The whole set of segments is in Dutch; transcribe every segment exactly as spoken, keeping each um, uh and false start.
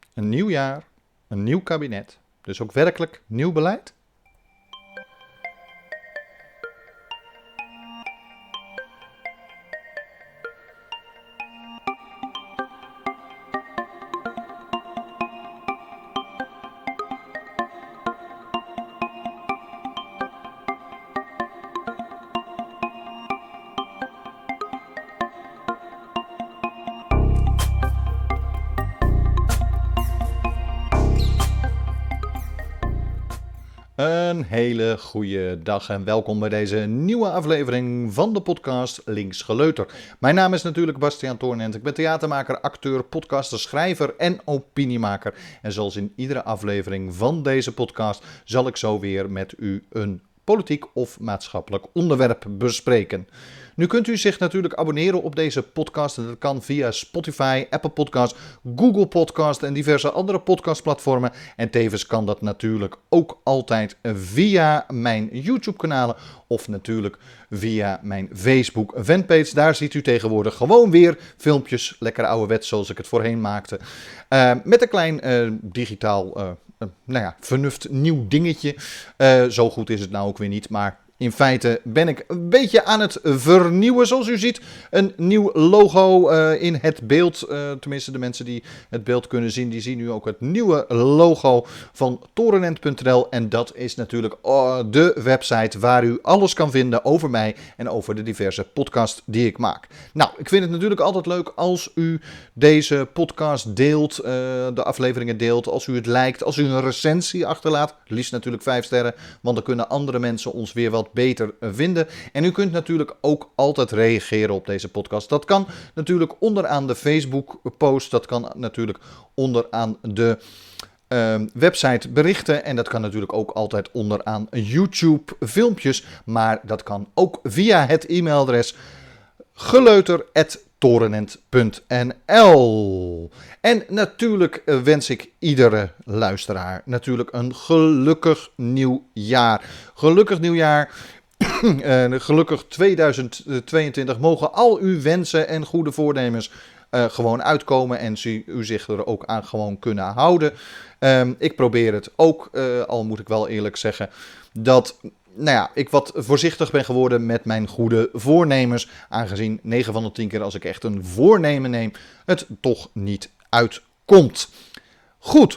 Een nieuw jaar, een nieuw kabinet, dus ook werkelijk nieuw beleid? Een hele goede dag en welkom bij deze nieuwe aflevering van de podcast Links Geleuter. Mijn naam is natuurlijk Bastiaan Toornent. Ik ben theatermaker, acteur, podcaster, schrijver en opiniemaker. En zoals in iedere aflevering van deze podcast zal ik zo weer met u een politiek of maatschappelijk onderwerp bespreken. Nu kunt u zich natuurlijk abonneren op deze podcast en dat kan via Spotify, Apple Podcast, Google Podcast en diverse andere podcastplatformen. En tevens kan dat natuurlijk ook altijd via mijn YouTube kanalen of natuurlijk via mijn Facebook fanpage. Daar ziet u tegenwoordig gewoon weer filmpjes, lekker ouderwets zoals ik het voorheen maakte. Uh, met een klein uh, digitaal, uh, uh, nou ja, vernuft nieuw dingetje. Uh, zo goed is het nou ook weer niet, maar in feite ben ik een beetje aan het vernieuwen. Zoals u ziet, een nieuw logo uh, in het beeld. Uh, tenminste, de mensen die het beeld kunnen zien, die zien nu ook het nieuwe logo van torenent punt n l. En dat is natuurlijk uh, de website waar u alles kan vinden over mij en over de diverse podcasts die ik maak. Nou, ik vind het natuurlijk altijd leuk als u deze podcast deelt, uh, de afleveringen deelt, als u het liked, als u een recensie achterlaat. Liefst natuurlijk vijf sterren, want dan kunnen andere mensen ons weer wat beter vinden. En u kunt natuurlijk ook altijd reageren op deze podcast. Dat kan natuurlijk onderaan de Facebook post, dat kan natuurlijk onderaan de uh, website berichten en dat kan natuurlijk ook altijd onderaan YouTube filmpjes, maar dat kan ook via het e-mailadres geleuter apenstaartje torenent punt n l. En natuurlijk wens ik iedere luisteraar natuurlijk een gelukkig nieuw jaar. Gelukkig nieuwjaar. uh, gelukkig tweeduizend tweeëntwintig mogen al uw wensen en goede voornemens uh, gewoon uitkomen en u, u zich er ook aan gewoon kunnen houden. Um, ik probeer het ook, uh, al moet ik wel eerlijk zeggen, dat nou ja, ik wat voorzichtig ben geworden met mijn goede voornemens, aangezien negen van de tien keer als ik echt een voornemen neem, het toch niet uitkomt. Goed,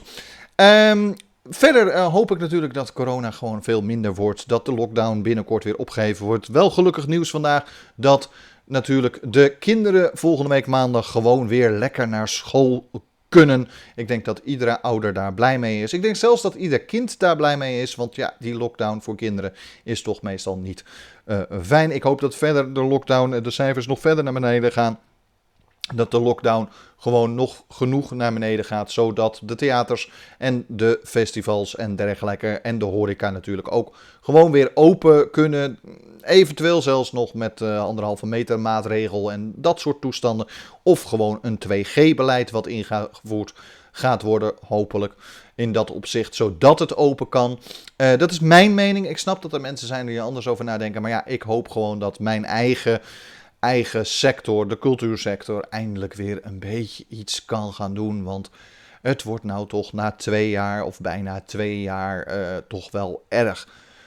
um, verder uh, hoop ik natuurlijk dat corona gewoon veel minder wordt, dat de lockdown binnenkort weer opgeheven wordt. Wel gelukkig nieuws vandaag dat natuurlijk de kinderen volgende week maandag gewoon weer lekker naar school kunnen. Ik denk dat iedere ouder daar blij mee is. Ik denk zelfs dat ieder kind daar blij mee is, want ja, die lockdown voor kinderen is toch meestal niet uh, fijn. Ik hoop dat verder de lockdown, de cijfers nog verder naar beneden gaan. Dat de lockdown gewoon nog genoeg naar beneden gaat, zodat de theaters en de festivals en dergelijke en de horeca natuurlijk ook gewoon weer open kunnen. Eventueel zelfs nog met uh, anderhalve meter maatregel en dat soort toestanden. Of gewoon een twee G beleid wat ingevoerd gaat worden, hopelijk in dat opzicht, zodat het open kan. Uh, dat is mijn mening. Ik snap dat er mensen zijn die er anders over nadenken, maar ja, ik hoop gewoon dat mijn eigen... eigen sector, de cultuursector, eindelijk weer een beetje iets kan gaan doen. Want het wordt nou toch na twee jaar of bijna twee jaar uh, toch wel erg,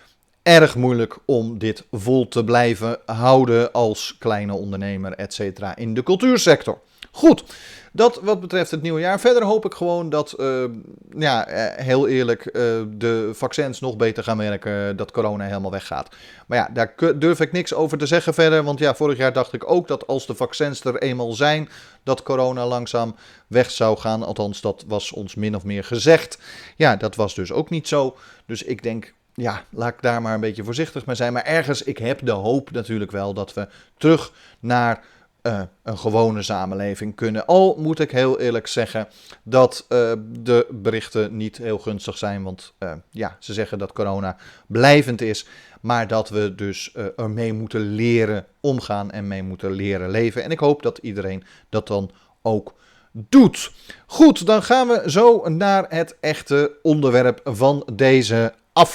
erg moeilijk om dit vol te blijven houden als kleine ondernemer, et cetera, in de cultuursector. Goed, dat wat betreft het nieuwe jaar. Verder hoop ik gewoon dat, uh, ja, heel eerlijk, uh, de vaccins nog beter gaan werken, dat corona helemaal weggaat. Maar ja, daar durf ik niks over te zeggen verder, want ja, vorig jaar dacht ik ook dat als de vaccins er eenmaal zijn, dat corona langzaam weg zou gaan. Althans, dat was ons min of meer gezegd. Ja, dat was dus ook niet zo. Dus ik denk, ja, laat ik daar maar een beetje voorzichtig mee zijn. Maar ergens, ik heb de hoop natuurlijk wel dat we terug naar Uh, een gewone samenleving kunnen. Al moet ik heel eerlijk zeggen dat uh, de berichten niet heel gunstig zijn. Want uh, ja, ze zeggen dat corona blijvend is. Maar dat we dus uh, ermee moeten leren omgaan en mee moeten leren leven. En ik hoop dat iedereen dat dan ook doet. Goed, dan gaan we zo naar het echte onderwerp van deze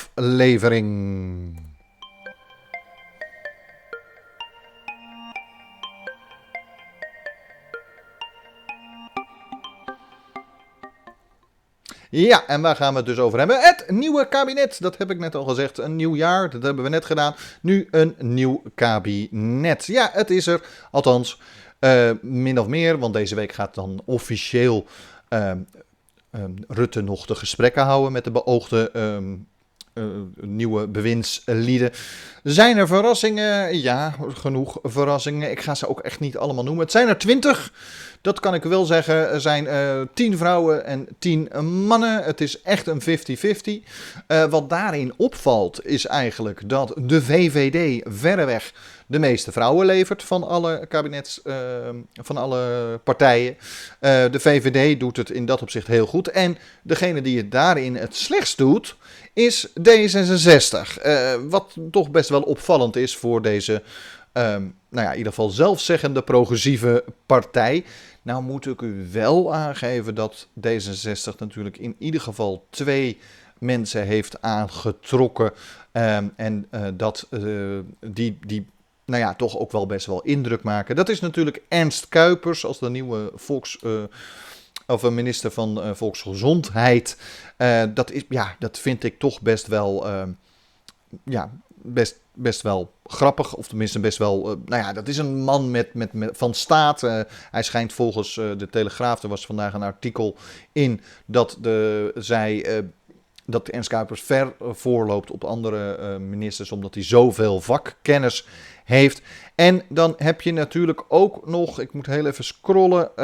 aflevering. Ja, en waar gaan we het dus over hebben? Het nieuwe kabinet, dat heb ik net al gezegd. Een nieuw jaar, dat hebben we net gedaan. Nu een nieuw kabinet. Ja, het is er. Althans, uh, min of meer, want deze week gaat dan officieel uh, uh, Rutte nog de gesprekken houden met de beoogde uh, uh, nieuwe bewindslieden. Zijn er verrassingen? Ja, genoeg verrassingen. Ik ga ze ook echt niet allemaal noemen. Het zijn er twintig. Dat kan ik wel zeggen. Er zijn uh, tien vrouwen en tien mannen. Het is echt een vijftig vijftig. Uh, wat daarin opvalt is eigenlijk dat de V V D verreweg de meeste vrouwen levert van alle kabinets, uh, van alle partijen. Uh, de V V D doet het in dat opzicht heel goed. En degene die het daarin het slechtst doet is D zesenzestig. Uh, wat toch best wel opvallend is voor deze, um, nou ja, in ieder geval zelfzeggende progressieve partij. Nou moet ik u wel aangeven dat D zesenzestig natuurlijk in ieder geval twee mensen heeft aangetrokken. Um, en uh, dat uh, die, die nou ja, toch ook wel best wel indruk maken. Dat is natuurlijk Ernst Kuipers als de nieuwe volks... Uh, of een minister van uh, Volksgezondheid. Uh, dat, is, ja, dat vind ik toch best wel, uh, ja, best, best wel grappig. Of tenminste best wel, uh, nou ja, dat is een man met, met, met, van staat. Uh, hij schijnt volgens uh, de Telegraaf, er was vandaag een artikel in, dat de, zij... Uh, dat Ernst Kuipers ver voorloopt op andere uh, ministers, omdat hij zoveel vakkennis heeft. En dan heb je natuurlijk ook nog, ik moet heel even scrollen uh,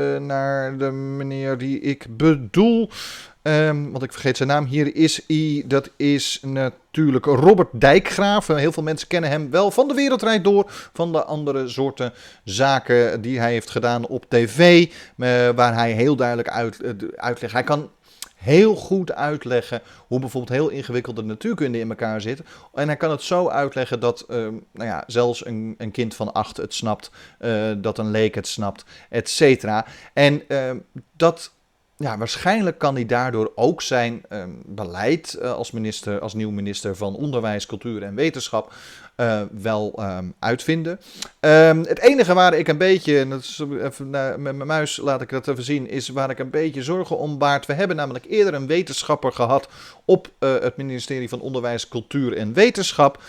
naar de meneer die ik bedoel, um, want ik vergeet zijn naam. Hier is hij, dat is natuurlijk Robert Dijkgraaf. Heel veel mensen kennen hem wel van De Wereld Draait Door, van de andere soorten zaken die hij heeft gedaan op tv, uh, waar hij heel duidelijk uit, uh, uitlegt. Hij kan heel goed uitleggen hoe bijvoorbeeld heel ingewikkelde natuurkunde in elkaar zit. En hij kan het zo uitleggen dat uh, nou ja, zelfs een, een kind van acht het snapt, uh, dat een leek het snapt, et cetera. En uh, dat, ja, waarschijnlijk kan hij daardoor ook zijn uh, beleid uh, als minister, als nieuw minister van Onderwijs, Cultuur en Wetenschap Uh, wel um, uitvinden. Um, het enige waar ik een beetje, en dat is even, uh, met mijn muis laat ik dat even zien, is waar ik een beetje zorgen om baart. We hebben namelijk eerder een wetenschapper gehad op uh, het ministerie van Onderwijs, Cultuur en Wetenschap.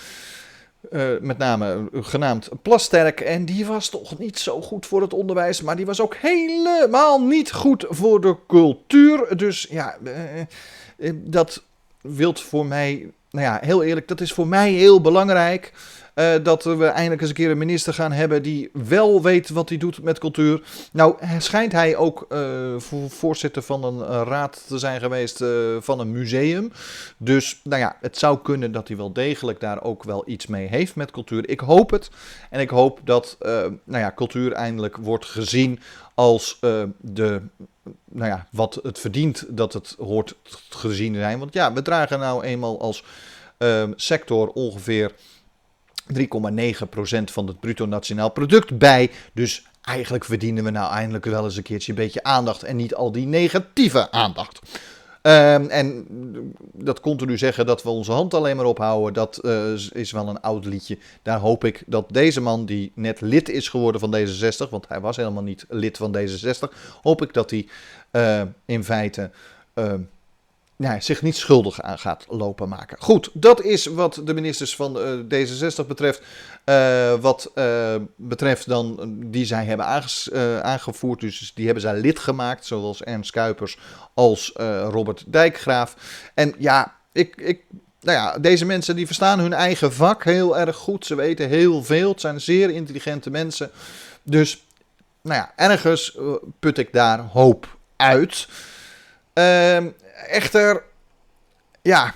Uh, met name uh, genaamd Plasterk. En die was toch niet zo goed voor het onderwijs. Maar die was ook helemaal niet goed voor de cultuur. Dus ja, uh, uh, dat wilt voor mij... Nou ja, heel eerlijk, dat is voor mij heel belangrijk. Uh, dat we eindelijk eens een keer een minister gaan hebben die wel weet wat hij doet met cultuur. Nou, schijnt hij ook uh, voorzitter van een uh, raad te zijn geweest uh, van een museum. Dus, nou ja, het zou kunnen dat hij wel degelijk daar ook wel iets mee heeft met cultuur. Ik hoop het. En ik hoop dat, uh, nou ja, cultuur eindelijk wordt gezien als uh, de... Nou ja, wat het verdient dat het hoort gezien te zijn. Want ja, we dragen nou eenmaal als uh, sector ongeveer drie komma negen procent van het bruto nationaal product bij. Dus eigenlijk verdienen we nou eindelijk wel eens een keertje een beetje aandacht en niet al die negatieve aandacht. Um, en dat continu zeggen dat we onze hand alleen maar ophouden, dat uh, is wel een oud liedje. Daar hoop ik dat deze man, die net lid is geworden van D zesenzestig, want hij was helemaal niet lid van D zesenzestig, hoop ik dat hij uh, in feite uh, ja, zich niet schuldig aan gaat lopen maken. Goed, dat is wat de ministers van uh, D zesenzestig betreft. Uh, wat uh, betreft dan die zij hebben aanges, uh, aangevoerd, dus die hebben zij lid gemaakt, zowel Ernst Kuipers als uh, Robert Dijkgraaf. En ja, ik, ik, nou ja, deze mensen die verstaan hun eigen vak heel erg goed. Ze weten heel veel, het zijn zeer intelligente mensen. Dus, nou ja, ergens uh, put ik daar hoop uit. Uh, echter, ja,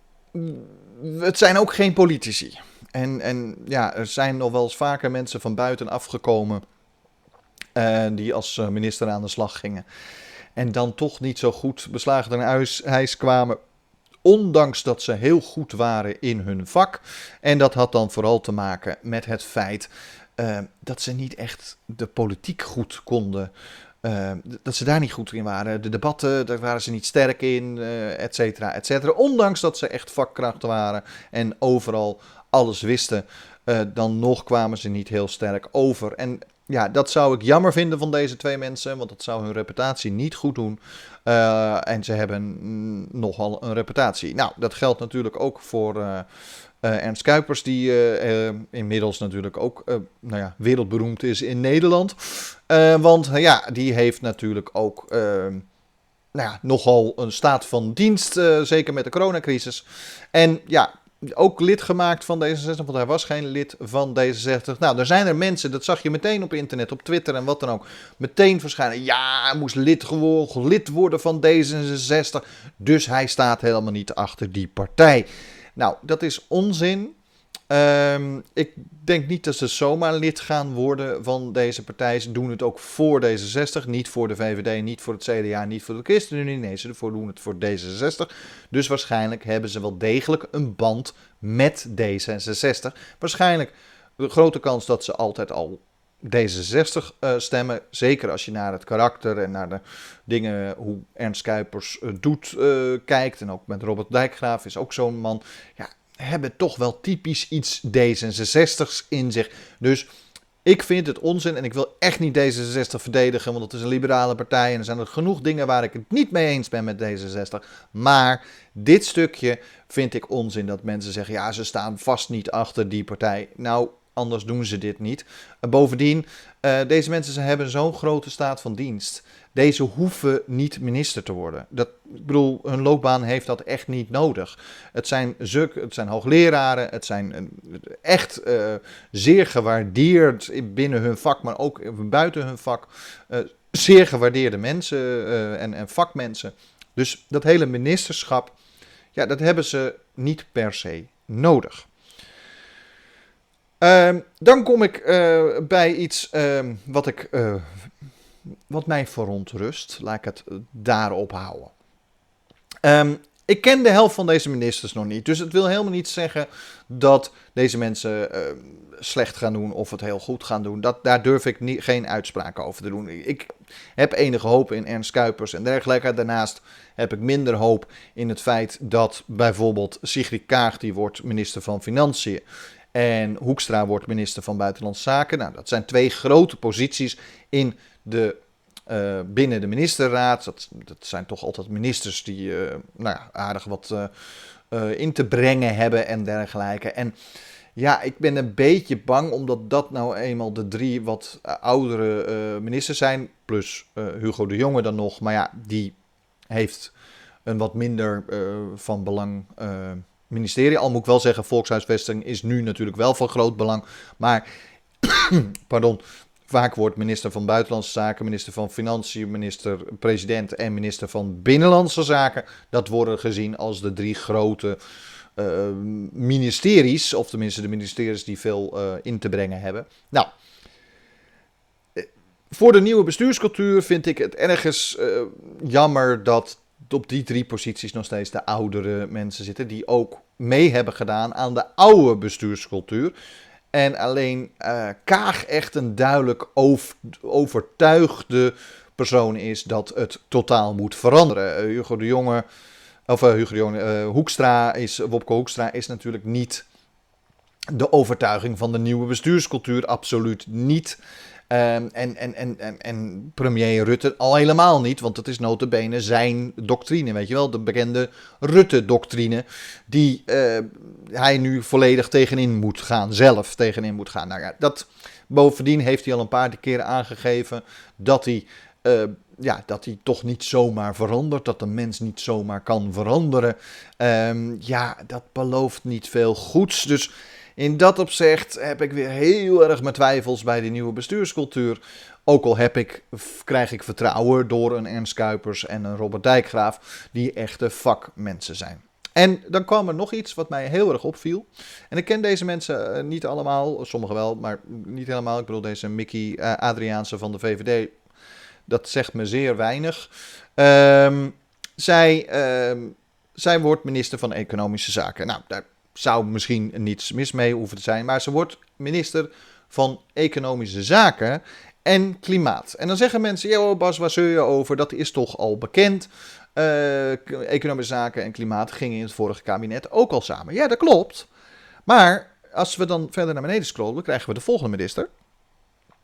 het zijn ook geen politici. En, en ja, er zijn nog wel eens vaker mensen van buiten afgekomen uh, die als minister aan de slag gingen. En dan toch niet zo goed beslagen ten huis, huis kwamen. Ondanks dat ze heel goed waren in hun vak. En dat had dan vooral te maken met het feit uh, dat ze niet echt de politiek goed konden. Uh, dat ze daar niet goed in waren. De debatten, daar waren ze niet sterk in, uh, et cetera, et cetera. Ondanks dat ze echt vakkrachten waren en overal alles wisten, uh, dan nog kwamen ze niet heel sterk over. En ja, dat zou ik jammer vinden van deze twee mensen, want dat zou hun reputatie niet goed doen. Uh, en ze hebben mm, nogal een reputatie. Nou, dat geldt natuurlijk ook voor uh, uh, Ernst Kuipers, die uh, uh, inmiddels natuurlijk ook uh, nou ja, wereldberoemd is in Nederland. Uh, want uh, ja, die heeft natuurlijk ook uh, nou ja, nogal een staat van dienst, uh, zeker met de coronacrisis. En ja, ook lid gemaakt van D zesenzestig, want hij was geen lid van D zesenzestig. Nou, er zijn er mensen, dat zag je meteen op internet, op Twitter en wat dan ook, meteen verschijnen. Ja, hij moest lid, gewoon, lid worden van D zesenzestig, dus hij staat helemaal niet achter die partij. Nou, dat is onzin. Um, ik denk niet dat ze zomaar lid gaan worden van deze partij. Ze doen het ook voor D zesenzestig, niet voor de V V D, niet voor het C D A, niet voor de ChristenUnie. Nee, ze doen het voor D zesenzestig. Dus waarschijnlijk hebben ze wel degelijk een band met D zesenzestig. Waarschijnlijk de grote kans dat ze altijd al D zesenzestig uh, stemmen. Zeker als je naar het karakter en naar de dingen hoe Ernst Kuipers uh, doet uh, kijkt. En ook met Robert Dijkgraaf is ook zo'n man. Ja, hebben toch wel typisch iets D zesenzestigs in zich. Dus ik vind het onzin en ik wil echt niet D zesenzestig verdedigen, want het is een liberale partij en er zijn er genoeg dingen waar ik het niet mee eens ben met D zesenzestig. Maar dit stukje vind ik onzin dat mensen zeggen, ja, ze staan vast niet achter die partij. Nou, anders doen ze dit niet. Uh, bovendien, uh, deze mensen hebben zo'n grote staat van dienst. Deze hoeven niet minister te worden. Dat, ik bedoel, hun loopbaan heeft dat echt niet nodig. Het zijn, zuk, het zijn hoogleraren, het zijn uh, echt uh, zeer gewaardeerd binnen hun vak, maar ook buiten hun vak. Uh, zeer gewaardeerde mensen uh, en, en vakmensen. Dus dat hele ministerschap, ja, dat hebben ze niet per se nodig. Uh, dan kom ik uh, bij iets uh, wat, ik, uh, wat mij verontrust. Laat ik het daarop houden. Um, ik ken de helft van deze ministers nog niet. Dus het wil helemaal niet zeggen dat deze mensen uh, slecht gaan doen of het heel goed gaan doen. Dat, daar durf ik niet, geen uitspraken over te doen. Ik heb enige hoop in Ernst Kuipers en dergelijke. Daarnaast heb ik minder hoop in het feit dat bijvoorbeeld Sigrid Kaag, die wordt minister van Financiën, en Hoekstra wordt minister van Buitenlandse Zaken. Nou, dat zijn twee grote posities in de, uh, binnen de ministerraad. Dat, dat zijn toch altijd ministers die uh, nou ja, aardig wat uh, uh, in te brengen hebben en dergelijke. En ja, ik ben een beetje bang omdat dat nou eenmaal de drie wat uh, oudere uh, ministers zijn. Plus uh, Hugo de Jonge dan nog. Maar ja, die heeft een wat minder uh, van belang uh, ministerie. Al moet ik wel zeggen, volkshuisvesting is nu natuurlijk wel van groot belang. Maar, pardon, vaak wordt minister van Buitenlandse Zaken, minister van Financiën, minister-president en minister van Binnenlandse Zaken. Dat worden gezien als de drie grote uh, ministeries, of tenminste de ministeries die veel uh, in te brengen hebben. Nou, voor de nieuwe bestuurscultuur vind ik het ergens uh, jammer dat op die drie posities nog steeds de oudere mensen zitten, die ook mee hebben gedaan aan de oude bestuurscultuur. En alleen uh, Kaag echt een duidelijk over, overtuigde persoon is dat het totaal moet veranderen. Uh, Hugo de Jonge, of uh, Hugo de Jonge, uh, Hoekstra is, Wopke Hoekstra is natuurlijk niet de overtuiging van de nieuwe bestuurscultuur, absoluut niet. Um, en, en, en, en, en premier Rutte al helemaal niet, want het is nota bene zijn doctrine, weet je wel, de bekende Rutte-doctrine, die uh, hij nu volledig tegenin moet gaan, zelf tegenin moet gaan. Nou ja, dat, bovendien heeft hij al een paar keren aangegeven dat hij, uh, ja, dat hij toch niet zomaar verandert, dat de mens niet zomaar kan veranderen. Um, ja, dat belooft niet veel goeds, dus in dat opzicht heb ik weer heel erg mijn twijfels bij de nieuwe bestuurscultuur. Ook al heb ik, krijg ik vertrouwen door een Ernst Kuipers en een Robert Dijkgraaf, die echte vakmensen zijn. En dan kwam er nog iets wat mij heel erg opviel. En ik ken deze mensen niet allemaal, sommigen wel, maar niet helemaal. Ik bedoel, deze Mickey Adriaanse van de V V D, dat zegt me zeer weinig. Um, zij, um, zij wordt minister van Economische Zaken. Nou, daar zou misschien niets mis mee hoeven te zijn, maar ze wordt minister van Economische Zaken en Klimaat. En dan zeggen mensen, ja Bas, waar zeur je over? Dat is toch al bekend. Uh, economische Zaken en Klimaat gingen in het vorige kabinet ook al samen. Ja, dat klopt. Maar als we dan verder naar beneden scrollen, krijgen we de volgende minister.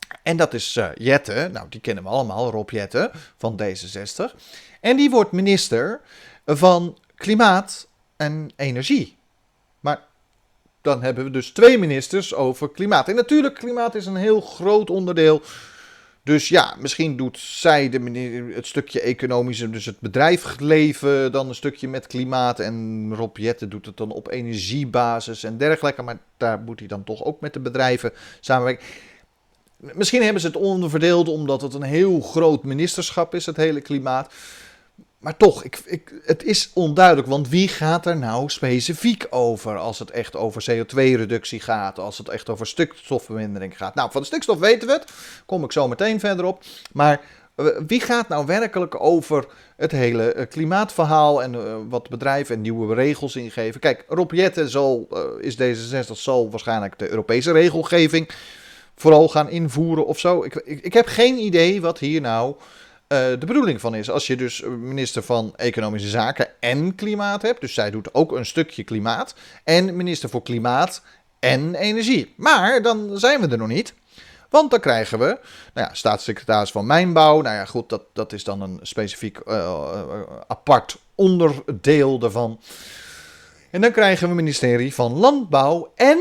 En dat is uh, Jette, nou die kennen we allemaal, Rob Jette van D zesenzestig. En die wordt minister van Klimaat en Energie. Maar dan hebben we dus twee ministers over klimaat. En natuurlijk, klimaat is een heel groot onderdeel. Dus ja, misschien doet zij de minister, het stukje economische, dus het bedrijfsleven, dan een stukje met klimaat. En Rob Jette doet het dan op energiebasis en dergelijke. Maar daar moet hij dan toch ook met de bedrijven samenwerken. Misschien hebben ze het onderverdeeld omdat het een heel groot ministerschap is, het hele klimaat. Maar toch, ik, ik, het is onduidelijk, want wie gaat er nou specifiek over als het echt over C O twee reductie gaat, als het echt over stikstofvermindering gaat? Nou, van de stikstof weten we het, kom ik zo meteen verder op. Maar uh, wie gaat nou werkelijk over het hele uh, klimaatverhaal en uh, wat bedrijven en nieuwe regels ingeven? Kijk, Rob Jette zal, uh, is D zesenzestig, zal waarschijnlijk de Europese regelgeving vooral gaan invoeren of zo. Ik, ik, ik heb geen idee wat hier nou Uh, de bedoeling van is. Als je dus minister van Economische Zaken en Klimaat hebt, dus zij doet ook een stukje klimaat, en minister voor Klimaat en Energie. Maar dan zijn we er nog niet, want dan krijgen we, nou ja, staatssecretaris van Mijnbouw, nou ja goed, dat, dat is dan een specifiek uh, uh, apart onderdeel daarvan. En dan krijgen we ministerie van Landbouw en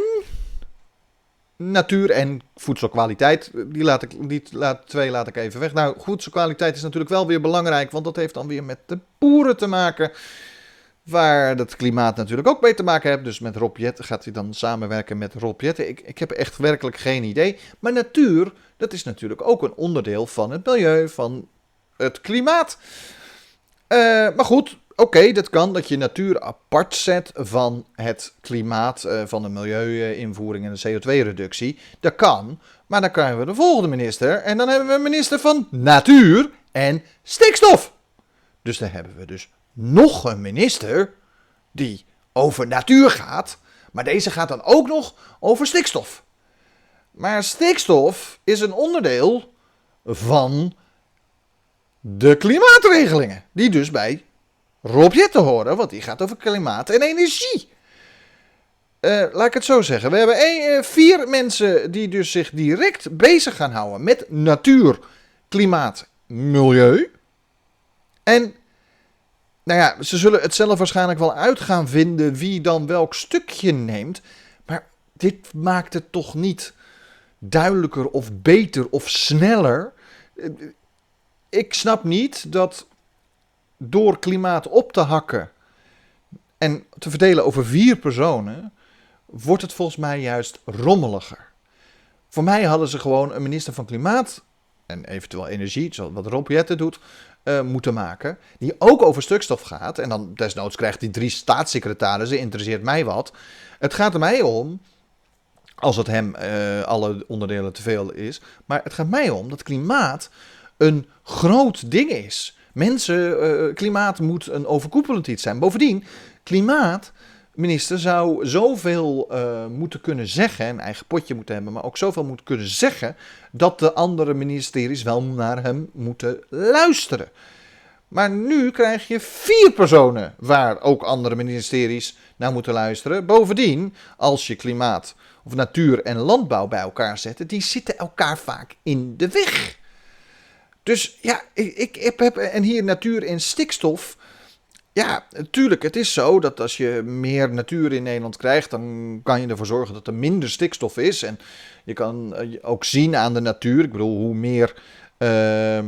Natuur en voedselkwaliteit, die laat ik, die laat, twee laat ik even weg. Nou, voedselkwaliteit is natuurlijk wel weer belangrijk, want dat heeft dan weer met de boeren te maken, waar het klimaat natuurlijk ook mee te maken heeft. Dus met Rob Jette gaat hij dan samenwerken met Rob Jette. Ik, ik heb echt werkelijk geen idee. Maar natuur, dat is natuurlijk ook een onderdeel van het milieu, van het klimaat. Uh, maar goed, oké, okay, dat kan, dat je natuur apart zet van het klimaat, uh, van de milieu-invoering en de C O twee reductie. Dat kan, maar dan krijgen we de volgende minister en dan hebben we een minister van Natuur en Stikstof. Dus dan hebben we dus nog een minister die over natuur gaat, maar deze gaat dan ook nog over stikstof. Maar stikstof is een onderdeel van de klimaatregelingen, die dus bij Rob Jette horen, want die gaat over klimaat en energie. Uh, laat ik het zo zeggen. We hebben een, uh, vier mensen die dus zich direct bezig gaan houden met natuur, klimaat, milieu. En nou ja, ze zullen het zelf waarschijnlijk wel uit gaan vinden wie dan welk stukje neemt. Maar dit maakt het toch niet duidelijker of beter of sneller. Uh, ik snap niet dat door klimaat op te hakken en te verdelen over vier personen, wordt het volgens mij juist rommeliger. Voor mij hadden ze gewoon een minister van Klimaat en eventueel Energie, zoals wat Rob Jette doet, uh, moeten maken, die ook over stikstof gaat. En dan desnoods krijgt hij drie staatssecretarissen, interesseert mij wat. Het gaat er mij om, als het hem uh, alle onderdelen te veel is, maar het gaat mij om dat klimaat een groot ding is. Mensen, uh, klimaat moet een overkoepelend iets zijn. Bovendien, klimaatminister zou zoveel uh, moeten kunnen zeggen, een eigen potje moeten hebben, maar ook zoveel moeten kunnen zeggen, dat de andere ministeries wel naar hem moeten luisteren. Maar nu krijg je vier personen waar ook andere ministeries naar moeten luisteren. Bovendien, als je klimaat of natuur en landbouw bij elkaar zet, die zitten elkaar vaak in de weg. Dus ja, ik, ik heb, en hier natuur en stikstof. Ja, natuurlijk, het is zo dat als je meer natuur in Nederland krijgt, dan kan je ervoor zorgen dat er minder stikstof is. En je kan ook zien aan de natuur, ik bedoel, hoe meer, uh,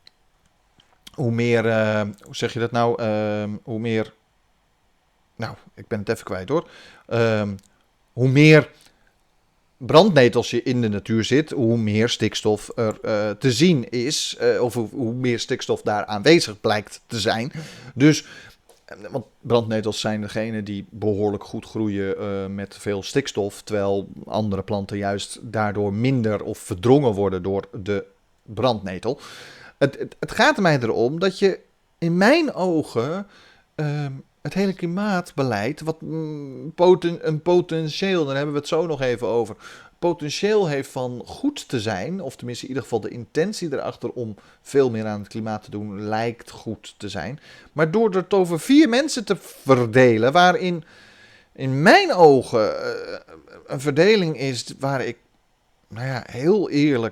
hoe meer, uh, hoe zeg je dat nou, uh, hoe meer, nou, ik ben het even kwijt hoor, uh, hoe meer brandnetels je in de natuur zit, hoe meer stikstof er uh, te zien is, uh, of hoe, hoe meer stikstof daar aanwezig blijkt te zijn. Dus, want brandnetels zijn degene die behoorlijk goed groeien uh, met veel stikstof, terwijl andere planten juist daardoor minder of verdrongen worden door de brandnetel. Het, het, het gaat er mij erom dat je in mijn ogen uh, het hele klimaatbeleid, wat mm, poten, een potentieel, daar hebben we het zo nog even over, potentieel heeft van goed te zijn, of tenminste in ieder geval de intentie erachter om veel meer aan het klimaat te doen, lijkt goed te zijn. Maar door het over vier mensen te verdelen, waarin in mijn ogen uh, een verdeling is waar ik, nou ja, heel eerlijk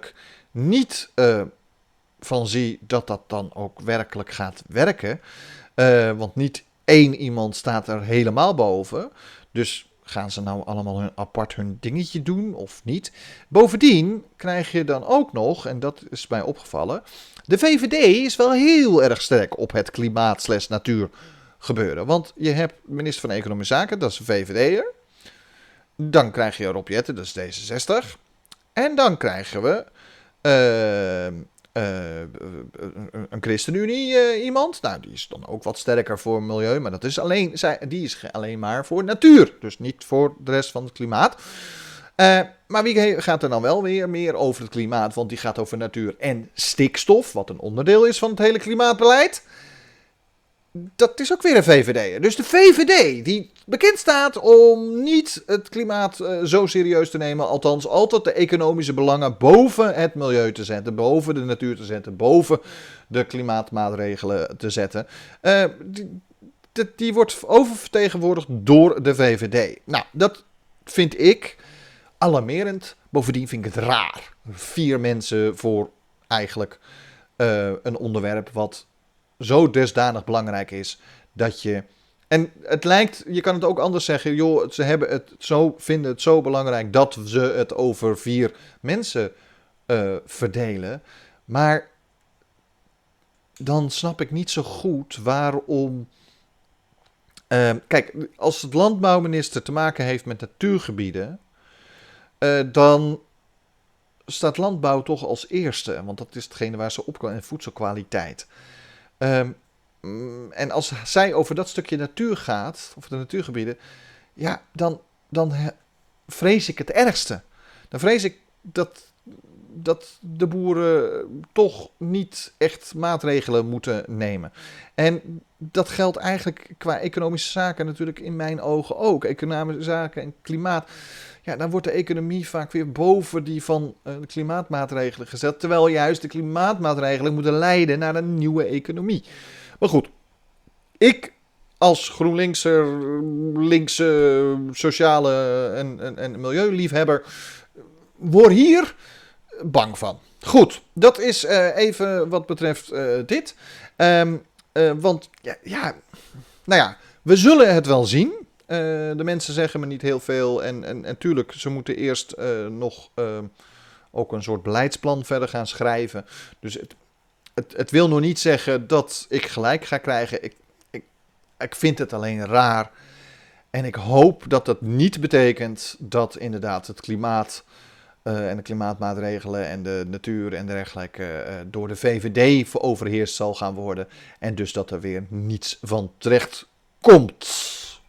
niet uh, van zie dat dat dan ook werkelijk gaat werken. Uh, want niet één iemand staat er helemaal boven. Dus gaan ze nou allemaal hun, apart hun dingetje doen of niet? Bovendien krijg je dan ook nog, en dat is mij opgevallen, de V V D is wel heel erg sterk op het klimaat-slash-natuur gebeuren. Want je hebt minister van Economische Zaken, dat is een V V D'er. Dan krijg je Rob Jetten, dat is D zesenzestig. En dan krijgen we uh, uh, een ChristenUnie uh, iemand. Nou, die is dan ook wat sterker voor milieu, maar dat is alleen, die is alleen maar voor natuur. Dus niet voor de rest van het klimaat. Uh, maar wie gaat er dan wel weer meer over het klimaat? Want die gaat over natuur en stikstof, wat een onderdeel is van het hele klimaatbeleid. Dat is ook weer een V V D'er. Dus de V V D, die bekend staat om niet het klimaat uh, zo serieus te nemen. Althans, altijd de economische belangen boven het milieu te zetten. Boven de natuur te zetten. Boven de klimaatmaatregelen te zetten. Uh, die, die, die wordt oververtegenwoordigd door de V V D. Nou, dat vind ik alarmerend. Bovendien vind ik het raar. Vier mensen voor eigenlijk uh, een onderwerp wat zo desdanig belangrijk is dat je... En het lijkt, je kan het ook anders zeggen, joh, ze hebben het zo, vinden het zo belangrijk dat ze het over vier mensen uh, verdelen. Maar dan snap ik niet zo goed waarom... Uh, kijk, als het landbouwminister te maken heeft met natuurgebieden, uh, dan staat landbouw toch als eerste. Want dat is hetgene waar ze opkomen, en voedselkwaliteit. Um, en als zij over dat stukje natuur gaat, over de natuurgebieden, ja, dan, dan vrees ik het ergste. Dan vrees ik dat, dat de boeren toch niet echt maatregelen moeten nemen. En dat geldt eigenlijk qua economische zaken natuurlijk in mijn ogen ook. Economische zaken en klimaat. Ja, dan wordt de economie vaak weer boven die van uh, de klimaatmaatregelen gezet. Terwijl juist de klimaatmaatregelen moeten leiden naar een nieuwe economie. Maar goed, ik als GroenLinkser, linkse, sociale en, en, en milieuliefhebber word hier bang van. Goed, dat is uh, even wat betreft uh, dit. Um, uh, want ja, ja, nou ja, we zullen het wel zien. Uh, de mensen zeggen me niet heel veel. En, en, en tuurlijk, ze moeten eerst uh, nog uh, ook een soort beleidsplan verder gaan schrijven. Dus het, het, het wil nog niet zeggen dat ik gelijk ga krijgen. Ik, ik, ik vind het alleen raar. En ik hoop dat dat niet betekent dat inderdaad het klimaat uh, en de klimaatmaatregelen en de natuur en dergelijke uh, door de V V D overheerst zal gaan worden. En dus dat er weer niets van terecht komt.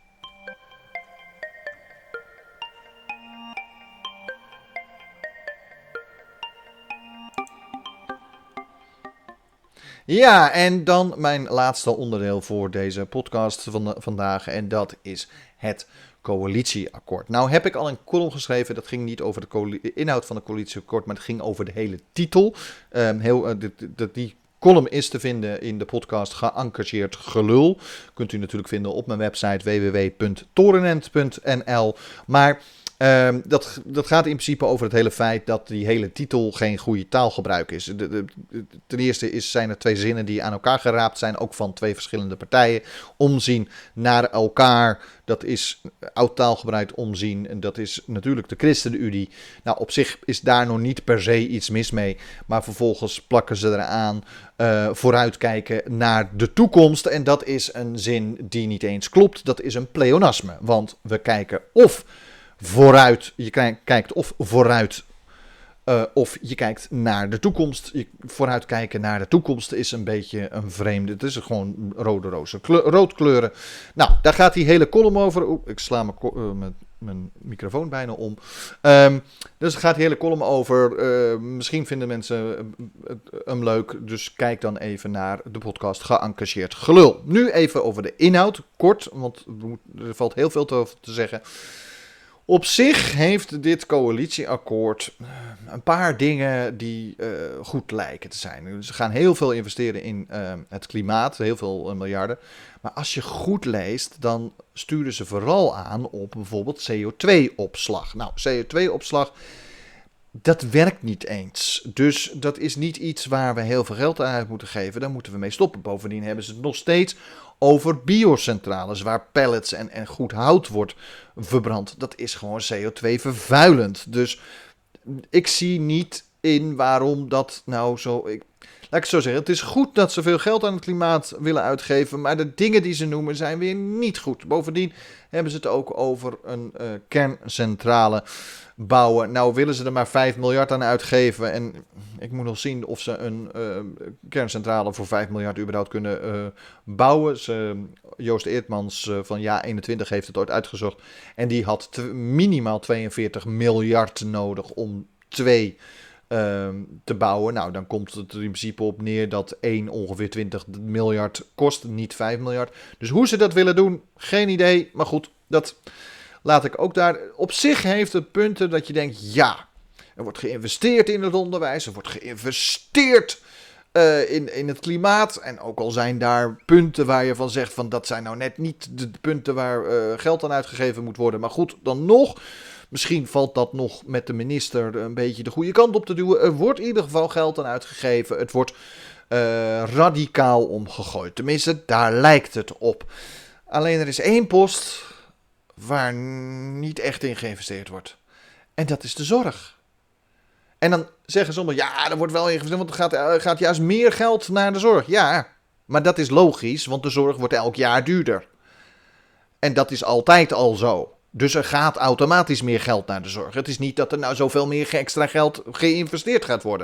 Ja, en dan mijn laatste onderdeel voor deze podcast van de, vandaag. En dat is het coalitieakkoord. Nou heb ik al een column geschreven. Dat ging niet over de coali- inhoud van het coalitieakkoord, maar het ging over de hele titel. Um, heel, uh, die, die, die column is te vinden in de podcast Geëngageerd Gelul. Kunt u natuurlijk vinden op mijn website w w w punt torenent punt n l. Maar... Um, dat, dat gaat in principe over het hele feit dat die hele titel geen goede taalgebruik is. De, de, de, ten eerste is, zijn er twee zinnen die aan elkaar geraapt zijn, ook van twee verschillende partijen. Omzien naar elkaar, dat is oud taalgebruik omzien. En dat is natuurlijk de ChristenUnie. Nou, op zich is daar nog niet per se iets mis mee. Maar vervolgens plakken ze eraan uh, vooruitkijken naar de toekomst. En dat is een zin die niet eens klopt. Dat is een pleonasme. Want we kijken of... vooruit, je kijkt of vooruit uh, of je kijkt naar de toekomst. Je vooruit kijken naar de toekomst is een beetje een vreemde. Het is gewoon rode roze, kleur, rood kleuren. Nou, daar gaat die hele column over. Oeh, ik sla mijn, uh, mijn, mijn microfoon bijna om. Um, dus het gaat die hele column over. Uh, misschien vinden mensen hem leuk. Dus kijk dan even naar de podcast Geëngageerd Gelul. Nu even over de inhoud. Kort, want er valt heel veel te, te zeggen. Op zich heeft dit coalitieakkoord een paar dingen die uh, goed lijken te zijn. Ze gaan heel veel investeren in uh, het klimaat, heel veel uh, miljarden. Maar als je goed leest, dan sturen ze vooral aan op bijvoorbeeld C O twee opslag. Nou, C O twee opslag dat werkt niet eens. Dus dat is niet iets waar we heel veel geld aan uit moeten geven. Daar moeten we mee stoppen. Bovendien hebben ze het nog steeds over biocentrales, waar pellets en, en goed hout wordt verbrand. Dat is gewoon C O twee vervuilend. Dus ik zie niet in waarom dat nou zo... Ik, laat ik het zo zeggen, het is goed dat ze veel geld aan het klimaat willen uitgeven, maar de dingen die ze noemen zijn weer niet goed. Bovendien hebben ze het ook over een uh, kerncentrale bouwen. Nou willen ze er maar vijf miljard aan uitgeven en ik moet nog zien of ze een uh, kerncentrale voor vijf miljard überhaupt kunnen uh, bouwen. Ze, Joost Eertmans uh, van Ja eenentwintig heeft het ooit uitgezocht en die had te, minimaal tweeënveertig miljard nodig om twee Uh, te bouwen. Nou, dan komt het er in principe op neer dat één ongeveer twintig miljard kost, niet vijf miljard. Dus hoe ze dat willen doen, geen idee. Maar goed, dat laat ik ook daar. Op zich heeft het punten dat je denkt, ja, er wordt geïnvesteerd in het onderwijs, er wordt geïnvesteerd uh, in, in het klimaat. En ook al zijn daar punten waar je van zegt, van dat zijn nou net niet de punten waar uh, geld aan uitgegeven moet worden. Maar goed, dan nog... Misschien valt dat nog met de minister een beetje de goede kant op te duwen. Er wordt in ieder geval geld aan uitgegeven. Het wordt uh, radicaal omgegooid. Tenminste, daar lijkt het op. Alleen er is één post waar niet echt in geïnvesteerd wordt. En dat is de zorg. En dan zeggen sommigen, ja, er wordt wel in geïnvesteerd, want er gaat, er gaat juist meer geld naar de zorg. Ja, maar dat is logisch, want de zorg wordt elk jaar duurder. En dat is altijd al zo. Dus er gaat automatisch meer geld naar de zorg. Het is niet dat er nou zoveel meer extra geld geïnvesteerd gaat worden.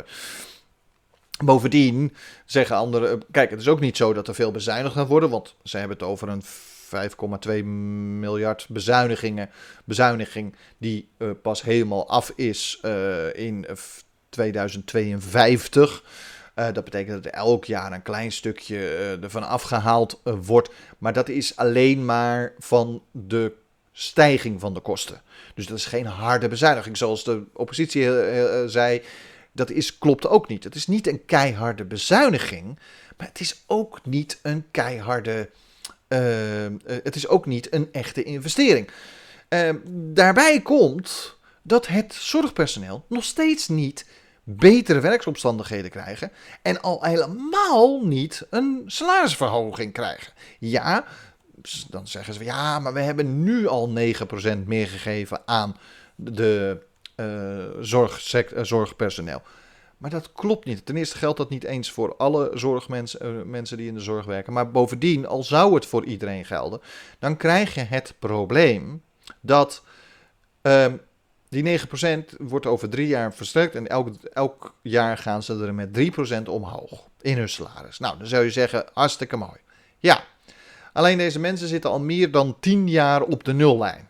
Bovendien zeggen anderen... Kijk, het is ook niet zo dat er veel bezuinigd gaat worden. Want ze hebben het over een vijf komma twee miljard bezuinigingen, bezuiniging die uh, pas helemaal af is uh, in tweeduizend tweeënvijftig. Uh, dat betekent dat er elk jaar een klein stukje uh, ervan afgehaald uh, wordt. Maar dat is alleen maar van de stijging van de kosten. Dus dat is geen harde bezuiniging. Zoals de oppositie uh, uh, zei, dat is, klopt ook niet. Het is niet een keiharde bezuiniging, maar het is ook niet een keiharde... Uh, uh, het is ook niet een echte investering. Uh, daarbij komt dat het zorgpersoneel nog steeds niet betere werksomstandigheden krijgen en al helemaal niet een salarisverhoging krijgen. Ja, dan zeggen ze, ja, maar we hebben nu al negen procent meer gegeven aan de uh, zorgsect- uh, zorgpersoneel. Maar dat klopt niet. Ten eerste geldt dat niet eens voor alle zorgmensen uh, mensen die in de zorg werken. Maar bovendien, al zou het voor iedereen gelden, dan krijg je het probleem dat uh, die negen procent wordt over drie jaar versterkt en elk, elk jaar gaan ze er met drie procent omhoog in hun salaris. Nou, dan zou je zeggen, hartstikke mooi. Ja, alleen deze mensen zitten al meer dan tien jaar op de nullijn.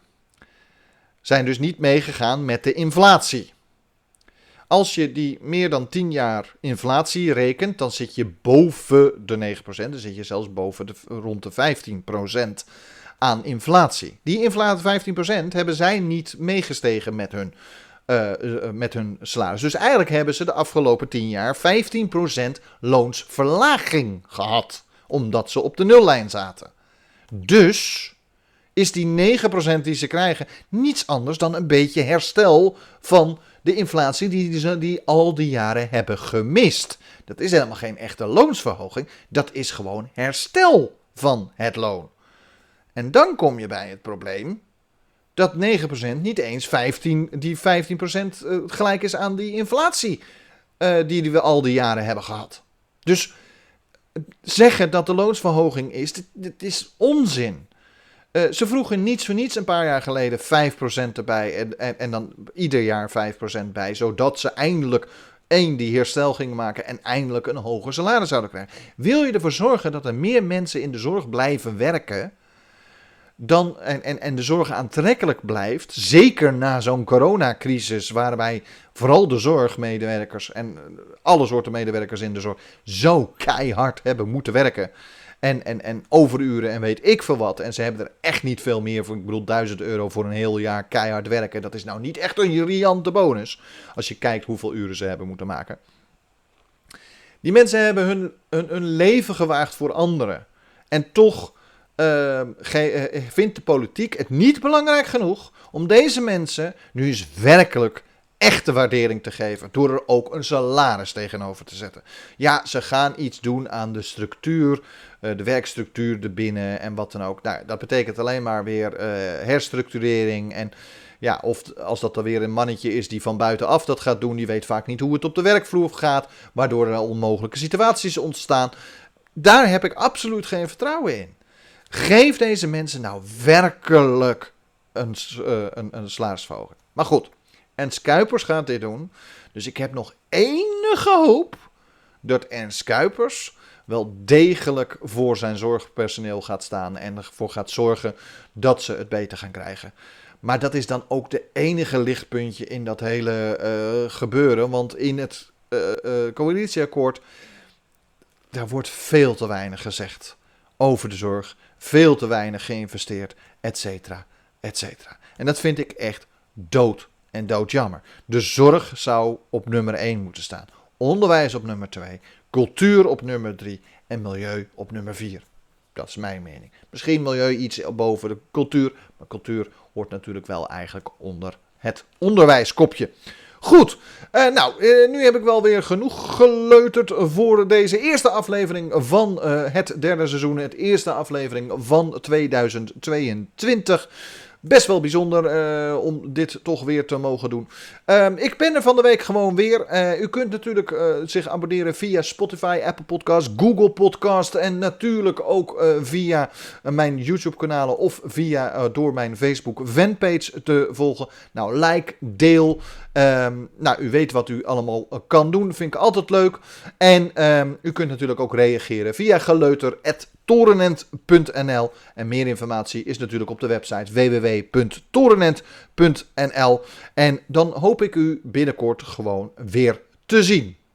Zijn dus niet meegegaan met de inflatie. Als je die meer dan tien jaar inflatie rekent, dan zit je boven de negen procent. Dan zit je zelfs boven de, rond de vijftien procent aan inflatie. Die inflatie vijftien procent hebben zij niet meegestegen met hun, uh, uh, met hun salaris. Dus eigenlijk hebben ze de afgelopen tien jaar vijftien procent loonsverlaging gehad. Omdat ze op de nullijn zaten. Dus is die negen procent die ze krijgen niets anders dan een beetje herstel van de inflatie die ze die al die jaren hebben gemist. Dat is helemaal geen echte loonsverhoging. Dat is gewoon herstel van het loon. En dan kom je bij het probleem dat negen procent niet eens vijftien, die vijftien procent gelijk is aan die inflatie uh, die we al die jaren hebben gehad. Dus zeggen dat de loonsverhoging is, dit, dit is onzin. Uh, ze vroegen niets voor niets een paar jaar geleden vijf procent erbij en, en, en dan ieder jaar vijf procent bij, zodat ze eindelijk één die herstel gingen maken en eindelijk een hoger salaris zouden krijgen. Wil je ervoor zorgen dat er meer mensen in de zorg blijven werken dan, en, en, en de zorg aantrekkelijk blijft, zeker na zo'n coronacrisis waarbij vooral de zorgmedewerkers en alle soorten medewerkers in de zorg zo keihard hebben moeten werken en, en, en overuren en weet ik veel wat. En ze hebben er echt niet veel meer voor. Ik bedoel, duizend euro voor een heel jaar keihard werken. Dat is nou niet echt een riante bonus als je kijkt hoeveel uren ze hebben moeten maken. Die mensen hebben hun, hun, hun leven gewaagd voor anderen. En toch uh, ge, uh, vindt de politiek het niet belangrijk genoeg om deze mensen nu eens werkelijk echte waardering te geven. Door er ook een salaris tegenover te zetten. Ja, ze gaan iets doen aan de structuur, de werkstructuur erbinnen en wat dan ook. Nou, dat betekent alleen maar weer uh, herstructurering. En ja, of als dat dan weer een mannetje is die van buitenaf dat gaat doen, die weet vaak niet hoe het op de werkvloer gaat, waardoor er onmogelijke situaties ontstaan. Daar heb ik absoluut geen vertrouwen in. Geef deze mensen nou werkelijk een, uh, een, een salarisverhoging. Maar goed, Ernst Kuipers gaat dit doen. Dus ik heb nog enige hoop dat Ernst Kuipers wel degelijk voor zijn zorgpersoneel gaat staan en ervoor gaat zorgen dat ze het beter gaan krijgen. Maar dat is dan ook de enige lichtpuntje in dat hele uh, gebeuren. Want in het uh, uh, coalitieakkoord, daar wordt veel te weinig gezegd over de zorg. Veel te weinig geïnvesteerd, et cetera, et cetera. En dat vind ik echt dood en doodjammer. De zorg zou op nummer één moeten staan. Onderwijs op nummer twee. Cultuur op nummer drie. En milieu op nummer vier. Dat is mijn mening. Misschien milieu iets boven de cultuur. Maar cultuur hoort natuurlijk wel eigenlijk onder het onderwijskopje. Goed, uh, nou, uh, nu heb ik wel weer genoeg geleuterd voor deze eerste aflevering van uh, het derde seizoen. Het eerste aflevering van tweeduizend tweeëntwintig. Best wel bijzonder uh, om dit toch weer te mogen doen. Uh, ik ben er van de week gewoon weer. Uh, u kunt natuurlijk uh, zich abonneren via Spotify, Apple Podcasts, Google Podcasts en natuurlijk ook uh, via uh, mijn YouTube kanalen of via uh, door mijn Facebook fanpage te volgen. Nou, like, deel. Um, nou, u weet wat u allemaal uh, kan doen. Vind ik altijd leuk. En um, u kunt natuurlijk ook reageren via geleuter apenstaartje torenent punt n l. En meer informatie is natuurlijk op de website w w w punt torenent punt n l. En dan hoop ik u binnenkort gewoon weer te zien.